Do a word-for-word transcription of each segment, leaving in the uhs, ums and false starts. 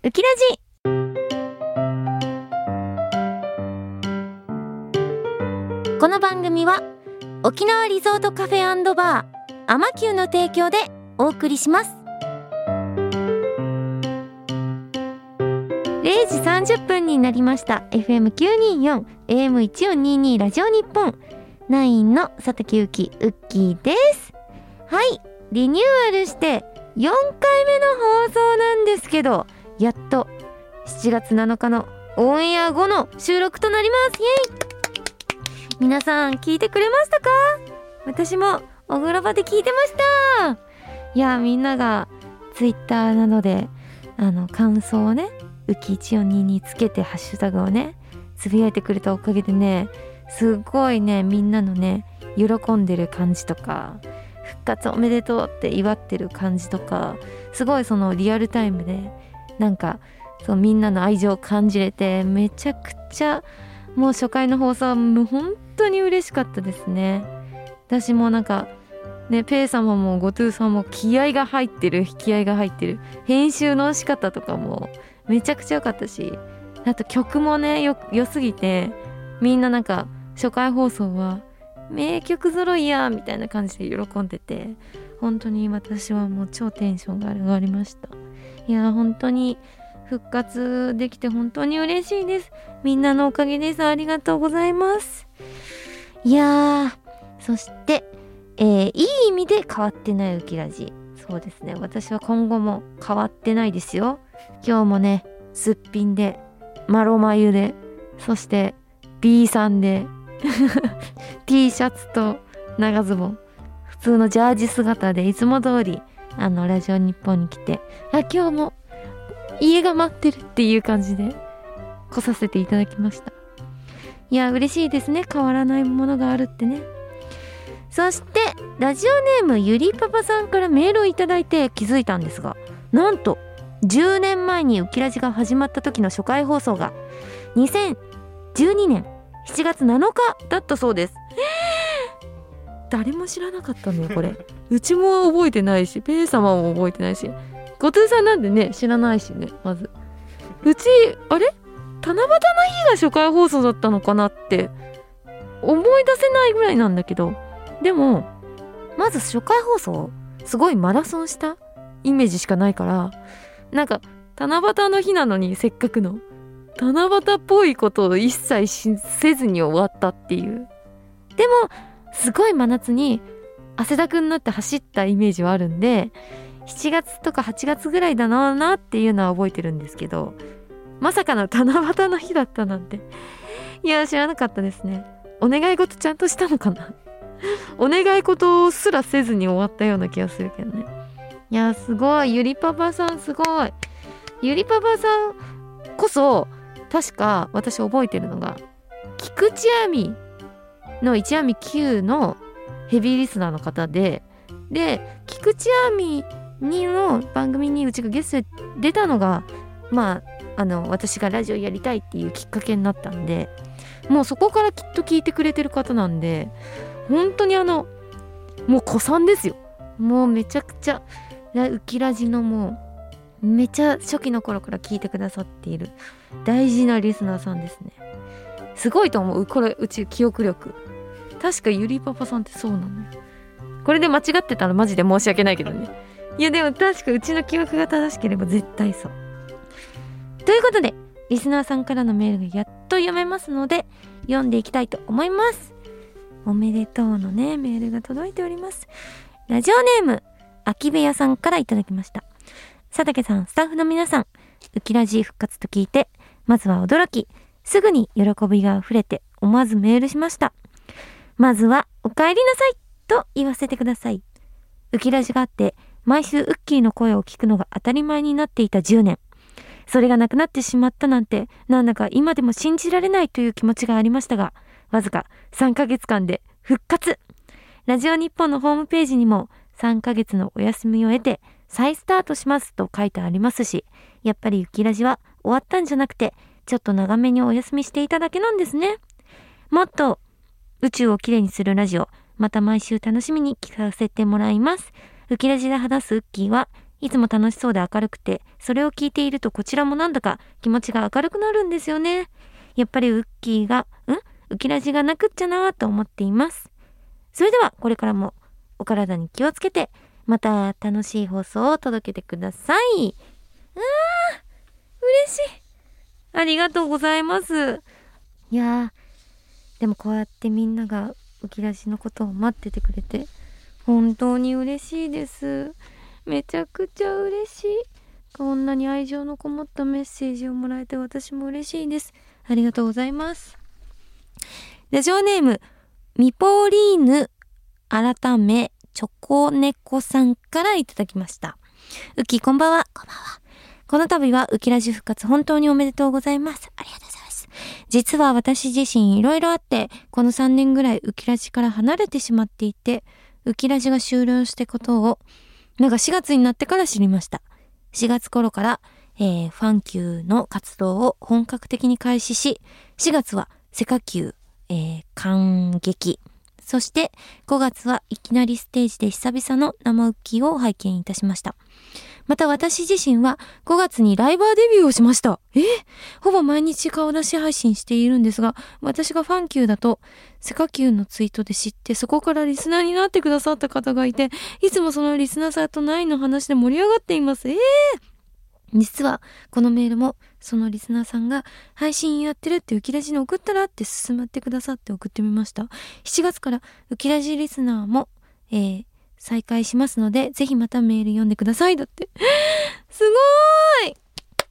ウキラジ。この番組は沖縄リゾートカフェ&バーアマキューの提供でお送りします。れいじさんじゅっぷんになりました。 エフエムきゅうにーよん エーエムせんよんひゃくにじゅうに ラジオ日本ナインの佐竹ゆきウッキーです。はい、リニューアルしてよんかいめの放送なんですけど、やっとしちがつなのかのオンエア後の収録となります。イエイ。皆さん聞いてくれましたか？私もお風呂場で聞いてました。いや、みんながツイッターなどであの感想をね、ウキいちよんににつけてハッシュタグをねつぶやいてくれたおかげでね、すごいね、みんなのね喜んでる感じとか、復活おめでとうって祝ってる感じとか、すごいそのリアルタイムでなんかそうみんなの愛情を感じれて、めちゃくちゃもう初回の放送はもう本当に嬉しかったですね。私もなんかね、ペイ様もゴトゥーさんも気合が入ってる気合が入ってる編集の仕方とかもめちゃくちゃ良かったし、あと曲もねよ良すぎて、みんななんか初回放送は名曲揃いやみたいな感じで喜んでて、本当に私はもう超テンションが上がりました。いや本当に復活できて本当に嬉しいです。みんなのおかげです。ありがとうございます。いやー、そして、えー、いい意味で変わってないウキラジ。そうですね、私は今後も変わってないですよ。今日もね、すっぴんでマロマユで、そして B さんでT シャツと長ズボン、普通のジャージ姿でいつも通りあのラジオ日本に来て、あ、今日も家が待ってるっていう感じで来させていただきました。いや嬉しいですね、変わらないものがあるってね。そしてラジオネームゆりパパさんからメールをいただいて気づいたんですが、なんとじゅうねんまえにウキラジが始まった時の初回放送がにせんじゅうにねんしちがつなのかだったそうです。誰も知らなかったねこれうちも覚えてないし、ペイ様も覚えてないし、ゴトゥーさんなんでね知らないしね。まずうちあれ七夕の日が初回放送だったのかなって思い出せないぐらいなんだけど、でもまず初回放送すごいマラソンしたイメージしかないから、なんか七夕の日なのにせっかくの七夕っぽいことを一切せずに終わったっていう。でもすごい真夏に汗だくになって走ったイメージはあるんで、しちがつとかはちがつぐらいだろうなっていうのは覚えてるんですけど、まさかの七夕の日だったなんて、いや知らなかったですね。お願い事ちゃんとしたのかなお願い事すらせずに終わったような気がするけどね。いやすごい、ゆりパパさんすごい。ゆりパパさんこそ確か私覚えてるのが、菊池亜美の一亜美きゅうのヘビーリスナーの方で、で菊池亜美にの番組にうちがゲストで出たのが、まああの私がラジオやりたいっていうきっかけになったんで、もうそこからきっと聞いてくれてる方なんで、本当にあのもう古参ですよ。もうめちゃくちゃウキラジのもうめちゃ初期の頃から聞いてくださっている大事なリスナーさんですね。すごいと思う。これうち記憶力確かゆりパパさんってそうなのよ。これで間違ってたらマジで申し訳ないけどね。いやでも確かうちの記憶が正しければ絶対そうということで、リスナーさんからのメールがやっと読めますので読んでいきたいと思います。おめでとうのねメールが届いております。ラジオネーム秋部屋さんからいただきました。佐竹さん、スタッフの皆さん、ウキラジ復活と聞いてまずは驚き、すぐに喜びが溢れて思わずメールしました。まずはお帰りなさいと言わせてください。ウキラジがあって毎週ウッキーの声を聞くのが当たり前になっていたじゅうねん、それがなくなってしまったなんて、なんだか今でも信じられないという気持ちがありましたが、わずかさんかげつかんで復活。ラジオ日本のホームページにもさんかげつのお休みを得て再スタートしますと書いてありますし、やっぱりウキラジは終わったんじゃなくて、ちょっと長めにお休みしていただけなんですね。もっと宇宙をきれいにするラジオ、また毎週楽しみに聞かせてもらいます。ウキラジで話すウッキーはいつも楽しそうで明るくて、それを聞いているとこちらもなんだか気持ちが明るくなるんですよね。やっぱりウッキーが、んウキラジがなくっちゃなーと思っています。それではこれからもお体に気をつけて、また楽しい放送を届けてください。あー、嬉しい。ありがとうございます。いやー、でもこうやってみんながウキラジのことを待っててくれて、本当に嬉しいです。めちゃくちゃ嬉しい。こんなに愛情のこもったメッセージをもらえて私も嬉しいです。ありがとうございます。ラジオネームミポリーヌ改めチョコネコさんからいただきました。ウッキーこんばんは。こんばんは。この度はウキラジ復活本当におめでとうございます。ありがとうございます。実は私自身いろいろあってこのさんねんぐらいウキラジから離れてしまっていて、ウキラジが終了してことをなんかしがつになってから知りました。しがつ頃から、えー、ファンキューの活動を本格的に開始し、しがつはセカキュー、えー、感激。そしてごがつはいきなりステージで久々の生ウッキーを拝見いたしました。また私自身はごがつにライバーデビューをしました。えー、ほぼ毎日顔出し配信しているんですが、私がファンキューだとセカキューのツイートで知って、そこからリスナーになってくださった方がいて、いつもそのリスナーさんとナインの話で盛り上がっています。えー実はこのメールもそのリスナーさんが配信やってるってウキラジに送ったらって進まってくださって送ってみました。しちがつからウキラジリスナーも、えー、再開しますのでぜひまたメール読んでください。だってすごーい、いいな、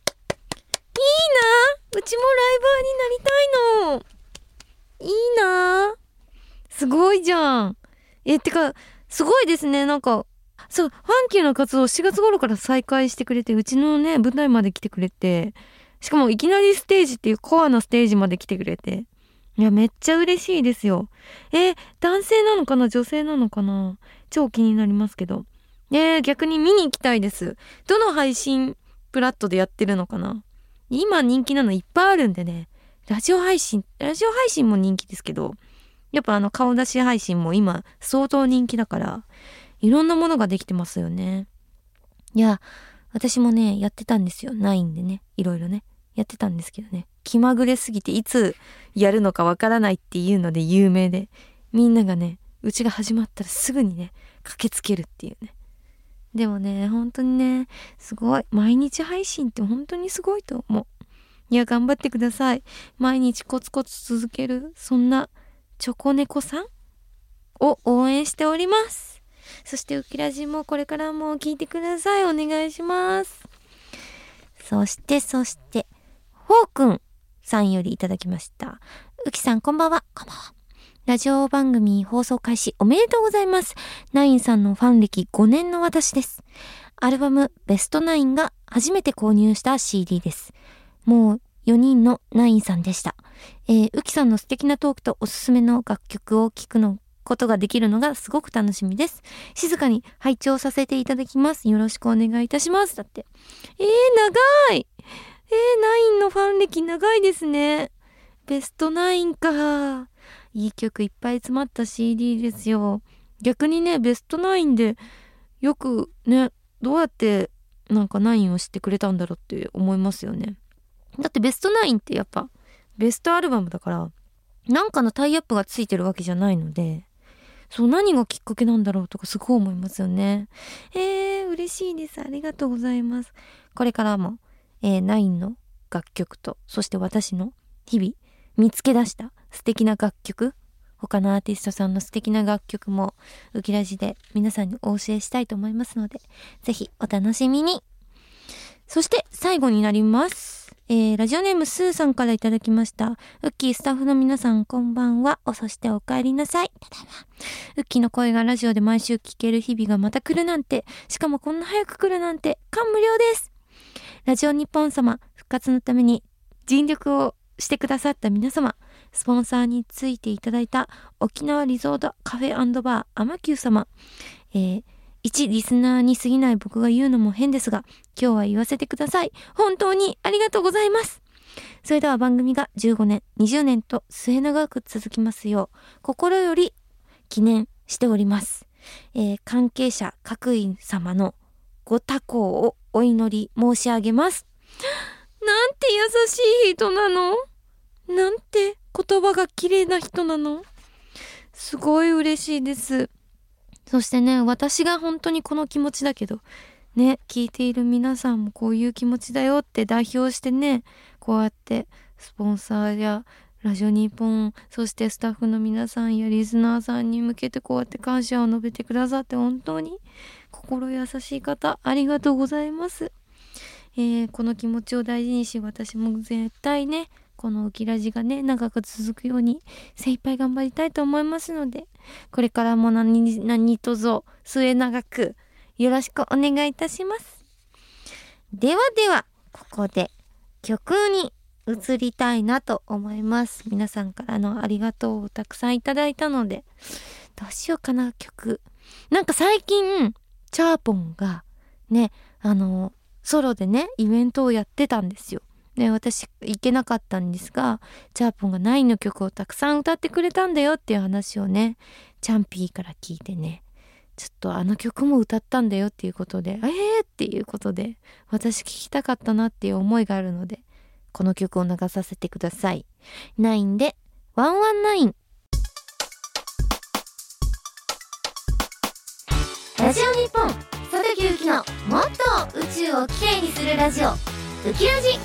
うちもライバーになりたいの。いいな、すごいじゃん。えってかすごいですね。なんかそう、ファンキーの活動をしがつ頃から再開してくれて、うちのね、舞台まで来てくれて、しかもいきなりステージっていうコアなステージまで来てくれて、いや、めっちゃ嬉しいですよ。えー、男性なのかな女性なのかな超気になりますけど。えー、逆に見に行きたいです。どの配信プラットでやってるのかな。今人気なのいっぱいあるんでね、ラジオ配信、ラジオ配信も人気ですけど、やっぱあの顔出し配信も今相当人気だから、いろんなものができてますよね。いや、私もね、やってたんですよ。ナインでね。いろいろね。やってたんですけどね。気まぐれすぎていつやるのかわからないっていうので有名で、みんながね、うちが始まったらすぐにね、駆けつけるっていうね。でもね、本当にね、すごい。毎日配信って本当にすごいと思う。いや、頑張ってください。毎日コツコツ続ける、そんなチョコネコさんを応援しております。そしてウキラジもこれからも聞いてください。お願いします。そしてそしてホーくんさんよりいただきました。ウキさんこんばんは。こんばんは。ラジオ番組放送開始おめでとうございます。ナインさんのファン歴ごねんの私です。アルバムベストナインが初めて購入した シーディー です。もうよにんのナインさんでした。えー、ウキさんの素敵なトークとおすすめの楽曲を聴くのことができるのがすごく楽しみです。静かに拝聴させていただきます。よろしくお願いいたします。だって。えー、長い。えー、ナインのファン歴長いですね。ベストナインか。いい曲いっぱい詰まった シーディー ですよ。逆にね、ベストナインでよくね、どうやってなんかナインを知ってくれたんだろうって思いますよね。だってベストナインってやっぱベストアルバムだから、なんかのタイアップがついてるわけじゃないので、そう、何がきっかけなんだろうとかすごい思いますよね。えー、嬉しいです。ありがとうございます。これからも、えー、ナインの楽曲と、そして私の日々見つけ出した素敵な楽曲、他のアーティストさんの素敵な楽曲もウキラジで皆さんにお教えしたいと思いますので、ぜひお楽しみに。そして最後になります。えー、ラジオネームスーさんからいただきました。ウッキースタッフの皆さんこんばんは。おそしてお帰りなさい。ただいま。ウッキーの声がラジオで毎週聞ける日々がまた来るなんて、しかもこんな早く来るなんて感無量です。ラジオ日本様復活のために尽力をしてくださった皆様、スポンサーについていただいた沖縄リゾートカフェ&バーアマキュー様、えー一リスナーに過ぎない僕が言うのも変ですが、今日は言わせてください。本当にありがとうございます。それでは番組がじゅうごねん、にじゅうねんと末永く続きますよう、心より記念しております。えー、関係者各員様のご多幸をお祈り申し上げます。なんて優しい人なの。なんて言葉が綺麗な人なの。すごい嬉しいです。そしてね、私が本当にこの気持ちだけどね、聞いている皆さんもこういう気持ちだよって代表してね、こうやってスポンサーやラジオ日本、そしてスタッフの皆さんやリスナーさんに向けてこうやって感謝を述べてくださって本当に心優しい方ありがとうございます。えー、この気持ちを大事にし、私も絶対ねこのウキラジがね長く続くように精一杯頑張りたいと思いますので、これからも何何卒末永くよろしくお願いいたします。ではではここで曲に移りたいなと思います。皆さんからのありがとうをたくさんいただいたので、どうしようかな。曲なんか最近チャーポンがねあのソロでねイベントをやってたんですよ。で私行けなかったんですが、チャーポンがナインの曲をたくさん歌ってくれたんだよっていう話をねチャンピーから聞いてね、ちょっとあの曲も歌ったんだよっていうことで、えーっていうことで私聞きたかったなっていう思いがあるので、この曲を流させてください。ナインでワンワンナイン。ラジオ日本佐竹ゆきのもっと宇宙をきれいにするラジオ、ウキラジ。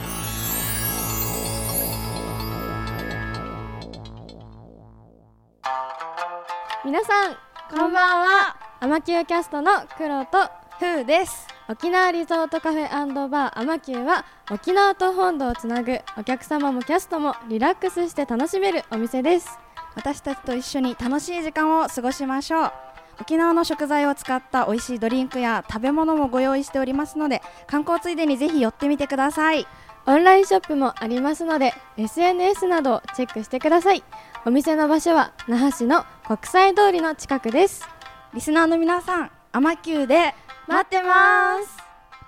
皆さんこんばんは。アマキューキャストの黒とフーです。沖縄リゾートカフェ&バーアマキューは沖縄と本土をつなぐ、お客様もキャストもリラックスして楽しめるお店です。 私たちと一緒に楽しい時間を過ごしましょう。沖縄の食材を使った美味しいドリンクや食べ物もご用意しておりますので、観光ついでにぜひ寄ってみてください。 オンラインショップもありますので エスエヌエス などをチェックしてください。お店の場所は那覇市の国際通りの近くです。 リスナーの皆さん、アマキューで待ってます。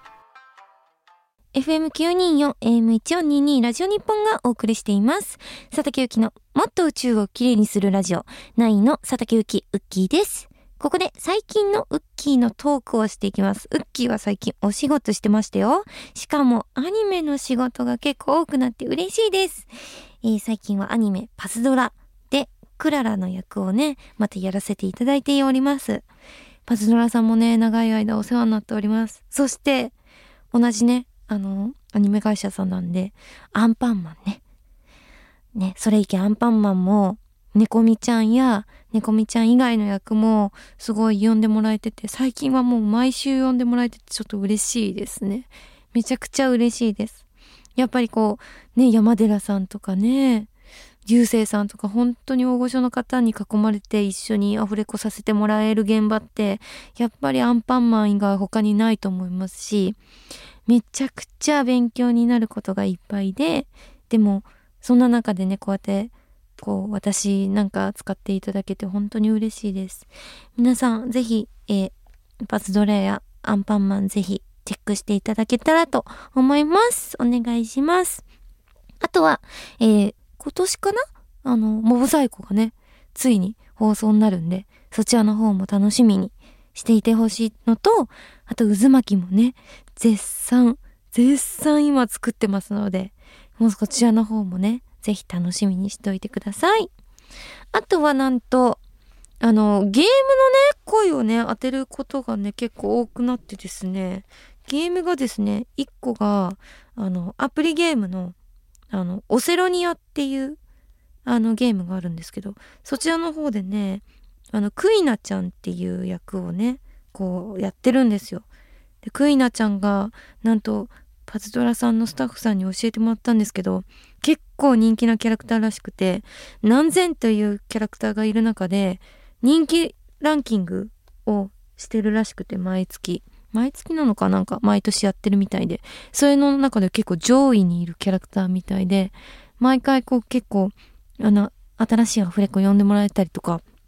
エフエムきゅうにーよん エーエムいちよんにーにー ラジオ日本がお送りしています。佐竹ゆきのもっと宇宙をきれいにするラジオ、ナインの佐竹ゆきウッキーです。ここで最近のウッキーのトークをしていきます。ウッキーは最近お仕事してましたよ。しかもアニメの仕事が結構多くなって嬉しいです。えー、最近はアニメパズドラでクララの役をねまたやらせていただいております。パズドラさんもね長い間お世話になっております。そして同じねあのアニメ会社さんなんでアンパンマンねねそれいけアンパンマンも猫みちゃんや猫みちゃん以外の役もすごい呼んでもらえてて、最近はもう毎週呼んでもらえててちょっと嬉しいですね。めちゃくちゃ嬉しいです。やっぱりこうね山寺さんとかね流星さんとか本当に大御所の方に囲まれて一緒にアフレコさせてもらえる現場ってやっぱりアンパンマン以外他にないと思いますし、めちゃくちゃ勉強になることがいっぱいで、でもそんな中でねこうやってこう私なんか使っていただけて本当に嬉しいです。皆さんぜひ、えー、パズドラやアンパンマンぜひチェックしていただけたらと思います。お願いします。あとは、えー、今年かなあのモブサイコがねついに放送になるんで、そちらの方も楽しみにしていてほしいのと、あと渦巻きもね絶賛絶賛今作ってますので、もうこちらの方もねぜひ楽しみにしておいてください。あとはなんとあのゲームのね声をね当てることがね結構多くなってですね、ゲームがですねいっこがあのアプリゲームのあのオセロニアっていうあのゲームがあるんですけど、そちらの方でねあのクイナちゃんっていう役をねこうやってるんですよ。でクイナちゃんがなんとパズドラさんのスタッフさんに教えてもらったんですけど、結構人気なキャラクターらしくて、何千というキャラクターがいる中で人気ランキングをしてるらしくて、毎月毎月なのかなんか毎年やってるみたいで、それの中で結構上位にいるキャラクターみたいで、毎回こう結構あの新しいアフレコ読んでもらえたりとか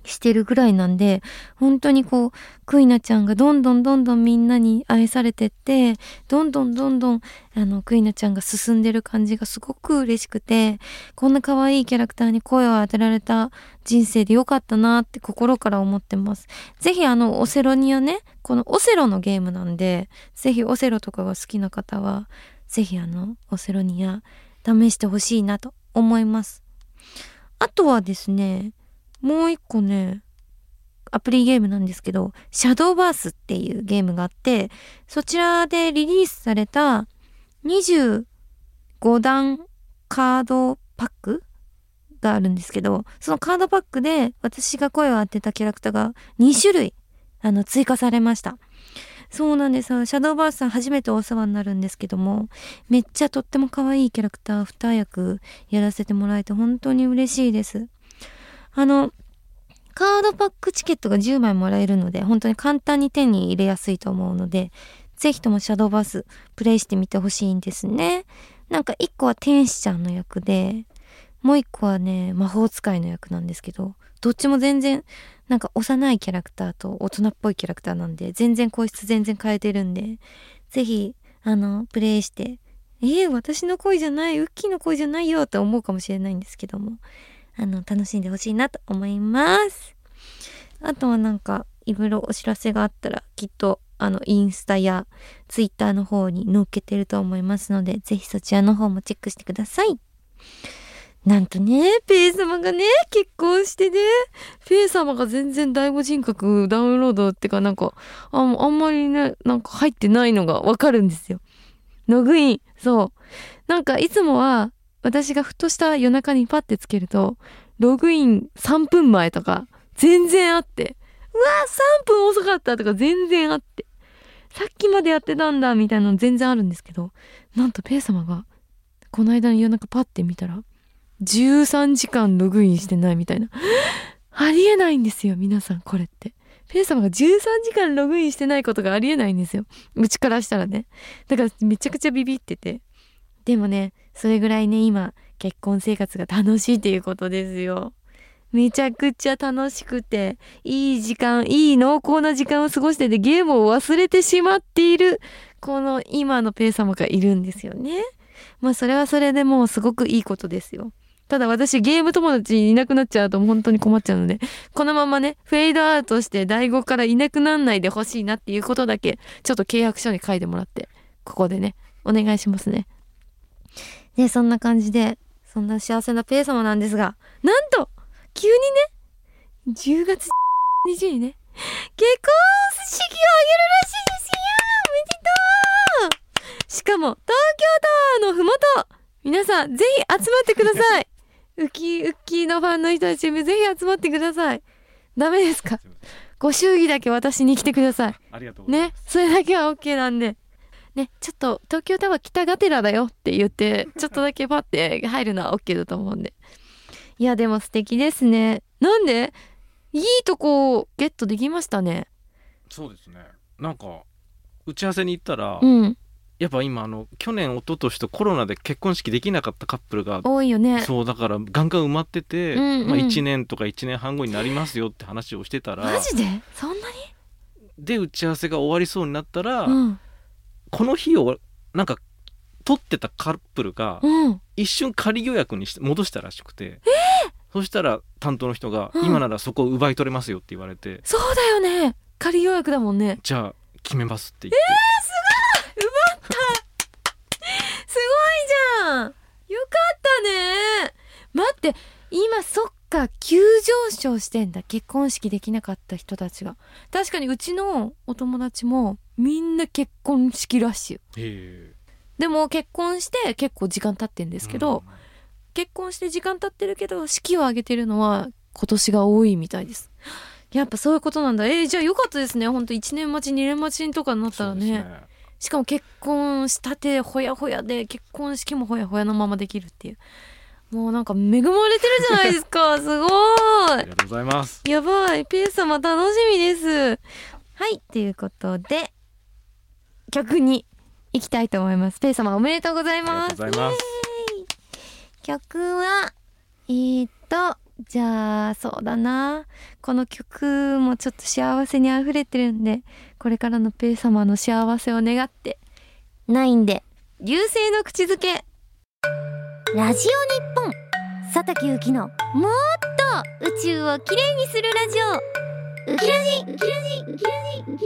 してるぐらいなんで、本当にこうクイナちゃんがどんどんどんどんみんなに愛されてって、どんどんどんどんあのクイナちゃんが進んでる感じがすごく嬉しくて、こんな可愛いキャラクターに声を当てられた人生でよかったなって心から思ってます。ぜひあのオセロニアね、このオセロのゲームなんで、ぜひオセロとかが好きな方はぜひあのオセロニア試してほしいなと思います。あとはですね、もう一個ね、アプリゲームなんですけど、シャドーバースっていうゲームがあって、そちらでリリースされたにじゅうごだんカードパックがあるんですけど、そのカードパックで私が声を当てたキャラクターがにしゅるいあの追加されました。そうなんです。シャドーバースさん初めてお世話になるんですけども、めっちゃとっても可愛いキャラクターに役やらせてもらえて本当に嬉しいです。あのカードパックチケットがじゅうまいもらえるので、本当に簡単に手に入れやすいと思うので、ぜひともシャドーバースプレイしてみてほしいんですね。なんか一個は天使ちゃんの役で、もう一個はね魔法使いの役なんですけど、どっちも全然なんか幼いキャラクターと大人っぽいキャラクターなんで、全然声質全然変えてるんで、ぜひあのプレイして、えー、私の声じゃない、ウッキーの声じゃないよって思うかもしれないんですけども、あの楽しんでほしいなと思います。あとはなんかいろいろお知らせがあったらきっとあのインスタやツイッターの方に載っけてると思いますので、ぜひそちらの方もチェックしてください。なんとね、ペイ様がね結婚してね、ペイ様が全然第五人格ダウンロードってかなんか あ, あんまりねなんか入ってないのがわかるんですよ。ログイン、そうなんかいつもは私がふとした夜中にパッてつけるとログインさんぷんまえとか全然あって、うわーさんぷん遅かったとか全然あって、さっきまでやってたんだみたいなの全然あるんですけど、なんとペイ様がこの間の夜中パッて見たらじゅうさんじかんログインしてないみたいなありえないんですよ皆さん。これってペイ様がじゅうさんじかんログインしてないことがありえないんですよ、うちからしたらね。だからめちゃくちゃビビってて、でもねそれぐらいね今結婚生活が楽しいっていうことですよ。めちゃくちゃ楽しくていい時間、いい濃厚な時間を過ごしてて、ゲームを忘れてしまっているこの今のペイ様がいるんですよね。まあそれはそれでもうすごくいいことですよ。ただ私ゲーム友達いなくなっちゃうと本当に困っちゃうので、このままねフェードアウトしてだいごからいなくなんないでほしいなっていうことだけちょっと契約書に書いてもらって、ここでねお願いしますね。でそんな感じでそんな幸せなペイ様なんですが、なんと急にねじゅうがつにじゅうにちにね結婚式を挙げるらしいですよ。おめでとう。しかも東京タワーのふもと、皆さんぜひ集まってくださいウッキーウッキーのファンの人たちぜひ集まってください。ダメですか？ご祝儀だけ私に来てください。 ありがとうございます。 ね、それだけは OK なんでね、ちょっと東京タワー北がてらだよって言ってちょっとだけパッて入るのは OK だと思うんで。いやでも素敵ですね。なんでいいとこをゲットできましたね。 そうですね、なんか打ち合わせに行ったら、 うん、 やっぱ今あの去年一昨年とコロナで結婚式できなかったカップルが多いよね。 そうだからガンガン埋まってて、 うんうん、 まあ、いちねんとかいちねんはんごになりますよって話をしてたら、 マジでそんなにで打ち合わせが終わりそうになったら、 うん、 この日をなんか取ってたカップルが一瞬仮予約にして戻したらしくて、えー、そしたら担当の人が、うん、今ならそこを奪い取れますよって言われて、 そうだよね仮予約だもんね。 じゃあ決めますって言って、 えー、すごい奪ったすごいじゃん、よかったね。待って今そっか急上昇してんだ、結婚式できなかった人たちが。確かにうちのお友達もみんな結婚式ラッシュ。 へでも結婚して結構時間経ってんですけど、 うん、 結婚して時間経ってるけど式を挙げてるのは今年が多いみたいです。やっぱそういうことなんだ。えー、じゃあよかったですね。ほんといちねん待ちにねん待ちとかになったら ね, ねしかも結婚したてほやほやで結婚式もほやほやのままできるっていう、もうなんか恵まれてるじゃないですかすごいありがとうございます。 やばい、ペイ様楽しみです。はいということで曲に行きたいと思います。ペイ様おめでとうございます。 ありがとうございます。 曲はえー、っとじゃあそうだな、この曲もちょっと幸せにあふれてるんで、これからのペイ様の幸せを願ってナインで流星の口づけ。ラジオ日本佐竹ゆきのもっと宇宙をきれいにするラジオ、ウキラジウキラジウキラジウキラジ。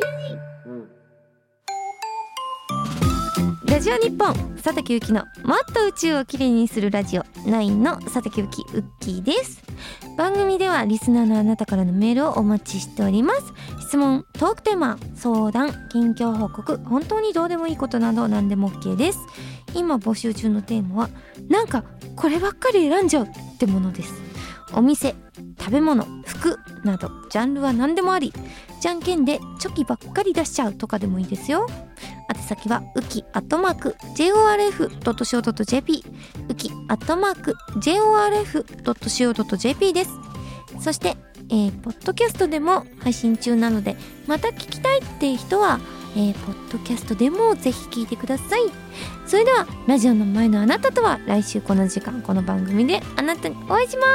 ラジオ日本佐竹ゆきのもっと宇宙をきれいにするラジオ、ナインの佐竹ゆきウッキーです。番組ではリスナーのあなたからのメールをお待ちしております。質問、トークテーマ、相談、近況報告、本当にどうでもいいことなど何でも OK です。今募集中のテーマはなんかこればっかり選んじゃうってものです。お店、食べ物、服などジャンルは何でもあり、じゃんけんでチョキばっかり出しちゃうとかでもいいですよ。宛先はウキアットマーク ジェイオーアールエフドットシーオードットジェーピー ウキアットマーク ジェイオーアールエフドットシーオードットジェーピー です。そして、えー、ポッドキャストでも配信中なので、また聞きたいって人は、えー、ポッドキャストでもぜひ聞いてください。それではラジオの前のあなたとは来週この時間この番組であなたにお会いします。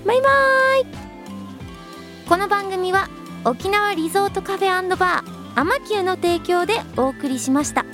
バイバーイ。この番組は沖縄リゾートカフェ&バーアマキューの提供でお送りしました。